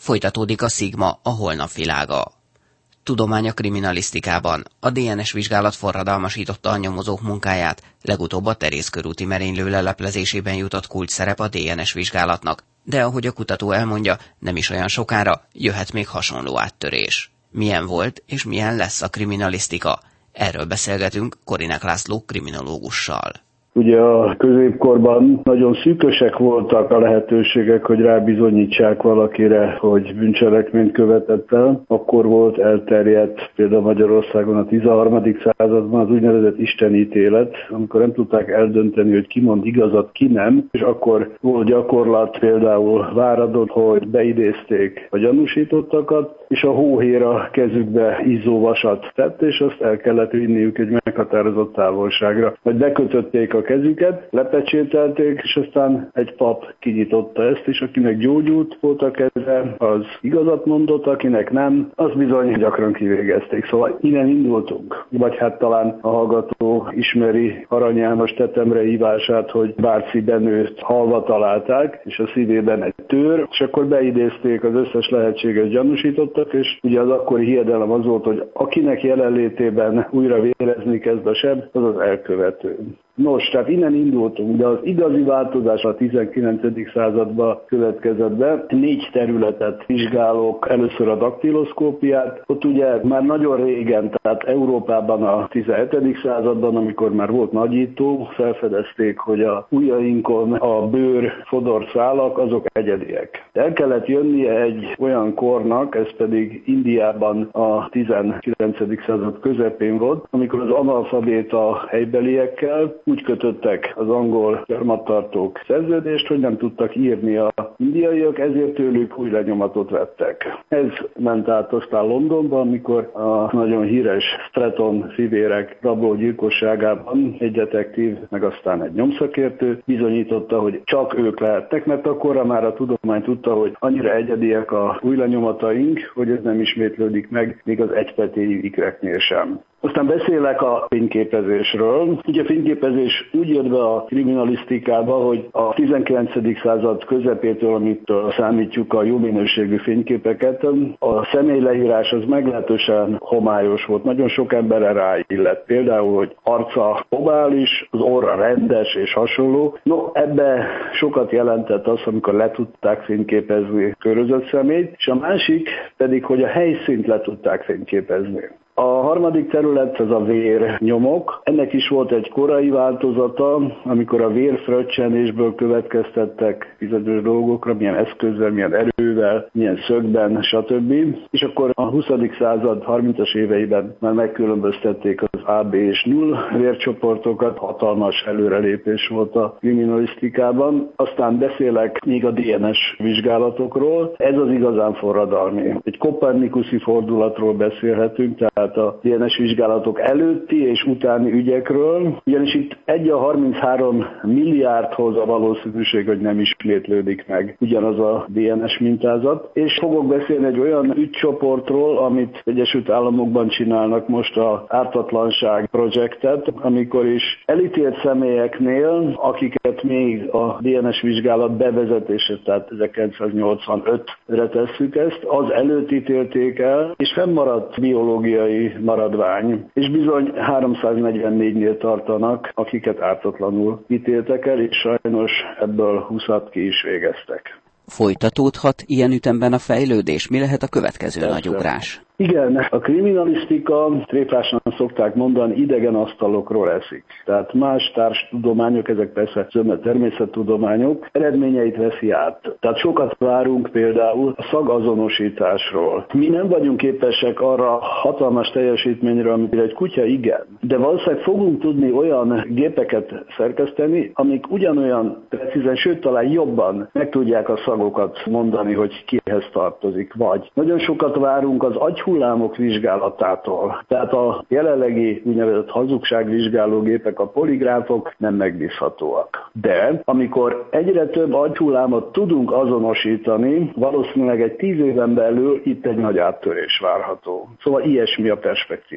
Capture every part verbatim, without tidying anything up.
Folytatódik a Szigma, a holnap világa. Tudomány a kriminalisztikában. A dé en es vizsgálat forradalmasította a nyomozók munkáját, legutóbb a Teréz körúti merénylő leleplezésében jutott kulcs szerep a dé en es vizsgálatnak, de ahogy a kutató elmondja, nem is olyan sokára jöhet még hasonló áttörés. Milyen volt és milyen lesz a kriminalisztika? Erről beszélgetünk Korinek László kriminológussal. Ugye a középkorban nagyon szűkösek voltak a lehetőségek, hogy rábizonyítsák valakire, hogy bűncselekményt követett el. Akkor volt elterjedt például Magyarországon a tizenharmadik században az úgynevezett istenítélet, amikor nem tudták eldönteni, hogy ki mond igazat, ki nem, és akkor volt gyakorlat például Váradon, hogy beidézték a gyanúsítottakat, és a hóhér a kezükbe izzó vasat tett, és azt el kellett vinniük egy meghatározott távolságra. Vagy bekötötték a kezüket, lepecsételték, és aztán egy pap kinyitotta ezt, és akinek gyógyult volt a keze, az igazat mondott, akinek nem, az bizony gyakran kivégezték. Szóval innen indultunk. Vagy hát talán a hallgató ismeri Arany János tetemre hívását, hogy Bárci Benőt halva találták, és a szívében egy tőr, és akkor beidézték az összes lehetséges gyanúsítottat, és ugye az akkori hiedelem az volt, hogy akinek jelenlétében újra vérezni kezd a seb, az az elkövető. Nos, tehát innen indultunk, de az igazi változás a tizenkilencedik században következett be. Négy területet vizsgálok, először a daktiloszkópiát. Ott ugye már nagyon régen, tehát Európában a tizenhetedik században, amikor már volt nagyító, felfedezték, hogy a ujjainkon a bőr fodorszálak, azok egyediek. El kellett jönnie egy olyan kornak, ez pedig Indiában a tizenkilencedik század közepén volt, amikor az analfabéta helybeliekkel úgy kötöttek az angol gyarmattartók szerződést, hogy nem tudtak írni a indiaiak, ezért tőlük új lenyomatot vettek. Ez ment át aztán Londonban, amikor a nagyon híres Stratton fivérek rablógyilkosságában egy detektív, meg aztán egy nyomszakértő bizonyította, hogy csak ők lehettek, mert akkorra már a tudomány tudta, hogy annyira egyediek a új lenyomataink, hogy ez nem ismétlődik meg még az egypetéjű ikreknél sem. Aztán beszélek a fényképezésről. Ugye a fényképezés úgy jött be a kriminalisztikába, hogy a tizenkilencedik század közepétől, amit számítjuk a jó minőségű fényképeket, a személyleírás az meglehetősen homályos volt. Nagyon sok emberre ráillett. Például, hogy arca ovális, az orra rendes és hasonló. No, ebbe sokat jelentett az, amikor le tudták fényképezni körözött személyt, és a másik pedig, hogy a helyszínt le tudták fényképezni. A harmadik terület az a vérnyomok. Ennek is volt egy korai változata, amikor a vérfröccsenésből következtettek bizonyos dolgokra, milyen eszközzel, milyen erővel, milyen szögben, stb. És akkor a huszadik század harmincas éveiben már megkülönböztették az á bé és null vércsoportokat, hatalmas előrelépés volt a kriminalisztikában. Aztán beszélek még a dé en es vizsgálatokról. Ez az igazán forradalmi. Egy kopernikuszi fordulatról beszélhetünk, tehát a dé en es vizsgálatok előtti és utáni ügyekről, ugyanis itt egy a harminchárom milliárdhoz a valószínűség, hogy nem ismétlődik meg ugyanaz a dé en es mintázat, és fogok beszélni egy olyan ügycsoportról, amit Egyesült Államokban csinálnak most az ártatlanság projektet, amikor is elítélt személyeknél, akiket még a dé en es vizsgálat bevezetése, tehát ezerkilencszáznyolcvanötre tesszük ezt, az előtt ítélték el, és fennmaradt biológiai maradvány, és bizony háromszáznegyvennégynél tartanak, akiket ártatlanul ítéltek el, és sajnos ebből húszat ki is végeztek. Folytatódhat ilyen ütemben a fejlődés? Mi lehet a következő Persze. nagy ugrás? Igen, a kriminalisztika, tréfásan szokták mondani, idegen asztalokról eszik. Tehát más társtudományok, ezek persze zöme természettudományok, eredményeit veszi át. Tehát sokat várunk például a szagazonosításról. Mi nem vagyunk képesek arra hatalmas teljesítményre, amit egy kutya igen. De valószínűleg fogunk tudni olyan gépeket szerkeszteni, amik ugyanolyan precízen, sőt talán jobban meg tudják a szagokat mondani, hogy kihez tartozik. Vagy nagyon sokat várunk az agy hullámok vizsgálatától. Tehát a jelenlegi úgynevezett hazugságvizsgáló gépek, a poligráfok nem megbízhatóak. De amikor egyre több agyhullámot tudunk azonosítani, valószínűleg egy tíz éven belül itt egy nagy áttörés várható. Szóval ilyesmi a perspektíva.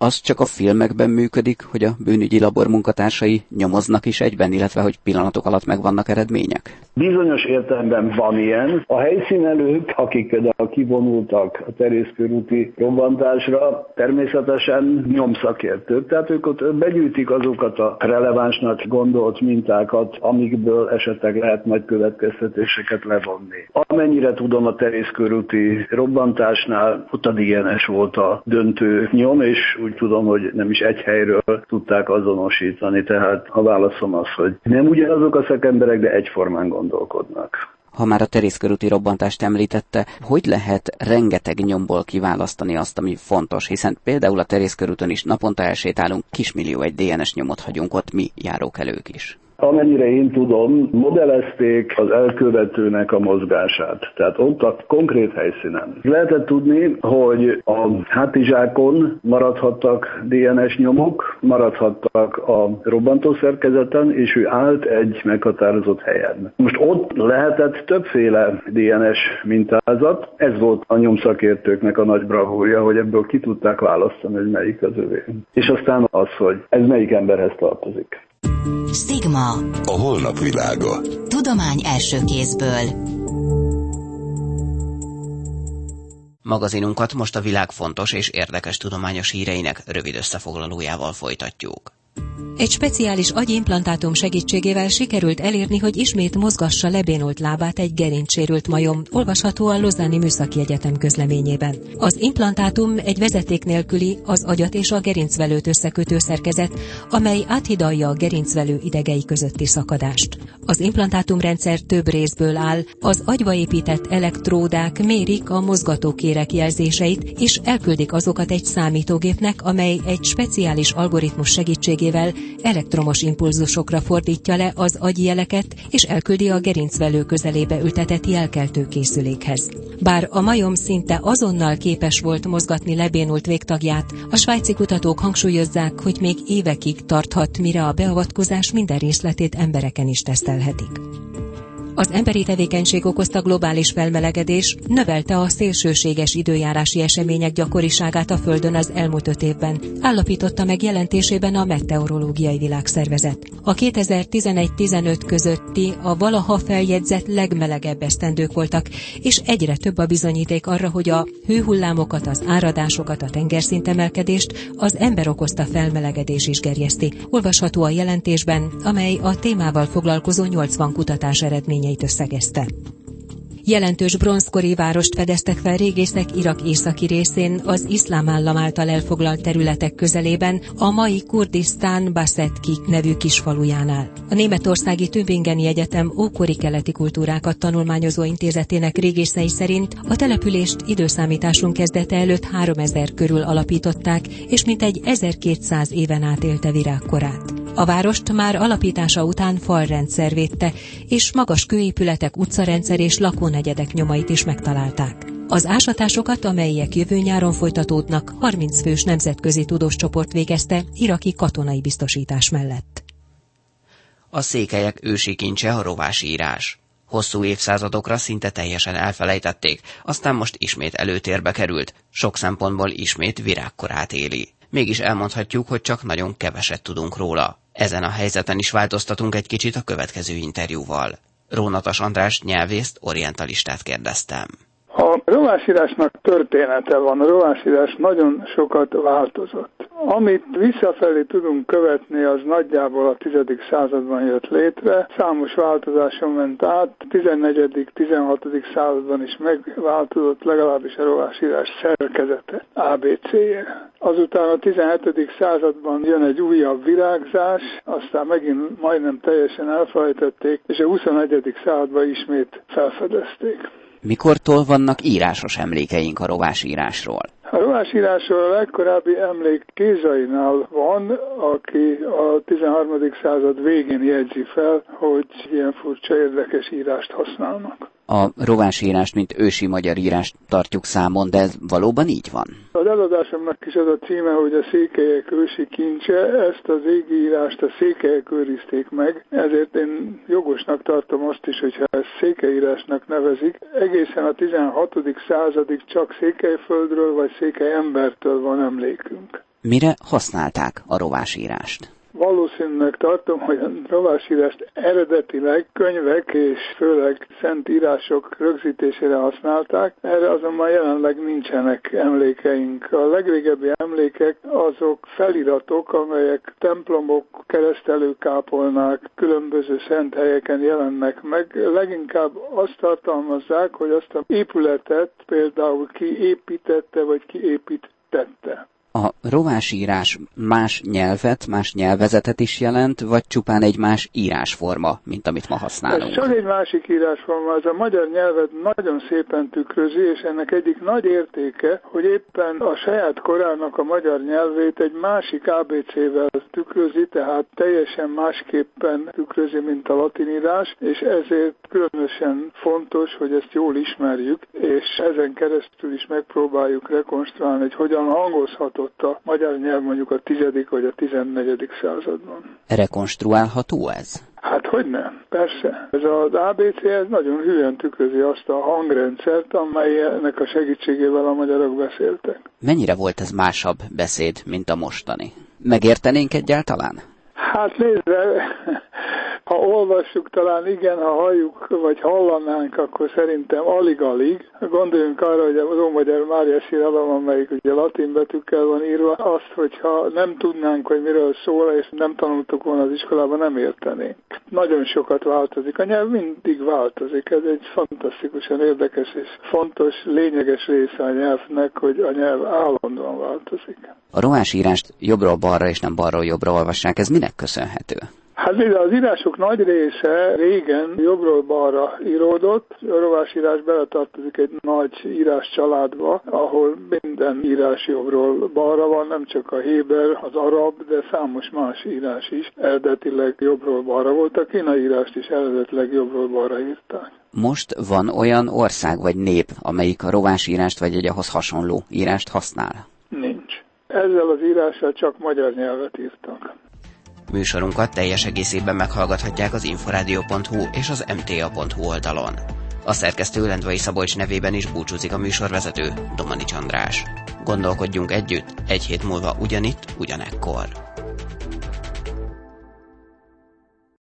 az csak a filmekben működik, hogy a bűnügyi labor munkatársai nyomoznak is egyben, illetve hogy pillanatok alatt megvannak eredmények? Bizonyos értelemben van ilyen. A helyszínelők, akik például kivonultak a Terészkörúti robbantásra, természetesen nyomszakértők, tehát ők ott begyűjtik azokat a relevánsnak gondolt mintákat, amikből esetleg lehet majd következtetéseket levonni. Amennyire tudom, a Terészkörúti robbantásnál ott a dé en es volt a döntő nyom, és úgy tudom, hogy nem is egy helyről tudták azonosítani, tehát a válaszom az, hogy nem ugyanazok a szakemberek, de egyformán gondolkodnak. Ha már a Terészkörúti robbantást említette, hogy lehet rengeteg nyomból kiválasztani azt, ami fontos, hiszen például a Terészkörúton is naponta elsétálunk, kismillió egy dé en es nyomot hagyunk ott mi, járókelők is. Amennyire én tudom, modellezték az elkövetőnek a mozgását. Tehát ott a konkrét helyszínen. Lehetett tudni, hogy a hátizsákon maradhattak dé en es nyomok, maradhattak a robbantószerkezeten, és ő állt egy meghatározott helyen. Most ott lehetett többféle dé en es mintázat. Ez volt a nyomszakértőknek a nagy bravúrja, hogy ebből ki tudták választani, hogy melyik az övé. És aztán az, hogy ez melyik emberhez tartozik. Stigma. A holnap világa. Tudomány első kézből. Magazinunkat most a világ fontos és érdekes tudományos híreinek rövid összefoglalójával folytatjuk. Egy speciális agyimplantátum segítségével sikerült elérni, hogy ismét mozgassa lebénult lábát egy gerincsérült majom, olvasható a Lausanne-i Műszaki Egyetem közleményében. Az implantátum egy vezeték nélküli, az agyat és a gerincvelőt összekötő szerkezet, amely áthidalja a gerincvelő idegei közötti szakadást. Az implantátumrendszer több részből áll, az agyba épített elektródák mérik a mozgatókérek jelzéseit, és elküldik azokat egy számítógépnek, amely egy speciális algoritmus segítségével elektromos impulzusokra fordítja le az agyjeleket, és elküldi a gerincvelő közelébe ültetett jelkeltő készülékhez. Bár a majom szinte azonnal képes volt mozgatni lebénult végtagját, a svájci kutatók hangsúlyozzák, hogy még évekig tarthat, mire a beavatkozás minden részletét embereken is tesztelhetik. Az emberi tevékenység okozta globális felmelegedés növelte a szélsőséges időjárási események gyakoriságát a Földön az elmúlt öt évben, állapította meg jelentésében a Meteorológiai Világszervezet. A kétezer-tizenegy-tizenöt közötti a valaha feljegyzett legmelegebb esztendők voltak, és egyre több a bizonyíték arra, hogy a hőhullámokat, az áradásokat, a tengerszintemelkedést az ember okozta felmelegedés is gerjeszti. Olvasható a jelentésben, amely a témával foglalkozó nyolcvan kutatás eredményeit összegezte. Jelentős bronzkori várost fedeztek fel régészek Irak északi részén, az iszlám állam által elfoglalt területek közelében, a mai Kurdisztán Basetki nevű kisfalujánál. A németországi Tübingeni Egyetem ókori keleti kultúrákat tanulmányozó intézetének régészei szerint a települést időszámításunk kezdete előtt háromezer körül alapították, és mintegy ezerkétszáz éven át élte virágkorát. A várost már alapítása után falrendszer védte, és magas kőépületek, utcarendszer és lakónegyedek nyomait is megtalálták. Az ásatásokat, amelyek jövő nyáron folytatódnak, harminc fős nemzetközi tudós csoport végezte iraki katonai biztosítás mellett. A székelyek ősi kincse a rovásírás. Hosszú évszázadokra szinte teljesen elfelejtették, aztán most ismét előtérbe került, sok szempontból ismét virágkorát éli. Mégis elmondhatjuk, hogy csak nagyon keveset tudunk róla. Ezen a helyzeten is változtatunk egy kicsit a következő interjúval. Rónatas András nyelvészt, orientalistát kérdeztem. A rovásírásnak története van, a rovásírás nagyon sokat változott. Amit visszafelé tudunk követni, az nagyjából a tizedik században jött létre, számos változáson ment át, tizennegyedik-tizenhatodik században is megváltozott legalábbis a rovásírás szerkezete, á bé cé-je. Azután a tizenhetedik században jön egy újabb virágzás, aztán megint majdnem teljesen elfelejtették, és a huszonegyedik században ismét felfedezték. Mikortól vannak írásos emlékeink a rovásírásról? A rovásírásról a legkorábbi emlék Kézainál van, aki a tizenharmadik század végén jegyzi fel, hogy ilyen furcsa érdekes írást használnak. A rovásírást, mint ősi magyar írást tartjuk számon, de ez valóban így van? Az előadásomnak is az a címe, hogy a székelyek ősi kincse, ezt az égi írást a székelyek őrizték meg, ezért én jogosnak tartom azt is, hogyha ezt székelyírásnak nevezik. Egészen a tizenhatodik századig csak Székelyföldről vagy székely embertől van emlékünk. Mire használták a rovásírást? Valószínűleg tartom, hogy a rovásírást eredetileg könyvek és főleg szent írások rögzítésére használták, erre azonban jelenleg nincsenek emlékeink. A legrégebbi emlékek azok feliratok, amelyek templomok, keresztelőkápolnák, különböző szent helyeken jelennek meg. Leginkább azt tartalmazzák, hogy azt az épületet például ki építette, vagy ki építette. A rovásírás más nyelvet, más nyelvezetet is jelent, vagy csupán egy más írásforma, mint amit ma használunk? Ez csak egy másik írásforma, ez a magyar nyelvet nagyon szépen tükrözi, és ennek egyik nagy értéke, hogy éppen a saját korának a magyar nyelvét egy másik á bé cével tükrözi, tehát teljesen másképpen tükrözi, mint a latin írás, és ezért különösen fontos, hogy ezt jól ismerjük, és ezen keresztül is megpróbáljuk rekonstruálni, hogy hogyan hangozhat a magyar nyelv mondjuk a tizedik vagy a tizennegyedik században. Rekonstruálható ez? Hát hogy nem, persze. Ez az á bé cé ez nagyon hülyen tükrözi azt a hangrendszert, amelynek a segítségével a magyarok beszéltek. Mennyire volt ez másabb beszéd, mint a mostani? Megértenénk egyáltalán? Hát nézd, ha olvassuk, talán igen, ha halljuk, vagy hallanánk, akkor szerintem alig-alig. Gondoljunk arra, hogy az Ómagyar Máriás irodalom, amelyik ugye latin betűkkel van írva, azt, hogyha nem tudnánk, hogy miről szól, és nem tanultuk volna az iskolában, nem értenénk. Nagyon sokat változik. A nyelv mindig változik. Ez egy fantasztikusan érdekes és fontos, lényeges része a nyelvnek, hogy a nyelv állandóan változik. A rovásírást jobbról balra és nem balról jobbra olvassák. Ez minek köszönhető? Hát az írások nagy része régen jobbról balra íródott. A rovásírás beletartozik egy nagy írás családba, ahol minden írás jobbról balra van, nem csak a héber, az arab, de számos más írás is eredetileg jobbról balra volt. A kínai írást is eredetileg jobbról balra írták. Most van olyan ország vagy nép, amelyik a rovásírást vagy egy ahhoz hasonló írást használ? Nincs. Ezzel az írással csak magyar nyelvet írtak. Műsorunkat teljes egészében meghallgathatják az inforádió pont hu és az em té á pont hu oldalon. A szerkesztő Lendvai Szabolcs nevében is búcsúzik a műsorvezető, Domanics András. Gondolkodjunk együtt, egy hét múlva ugyanitt, ugyanekkor.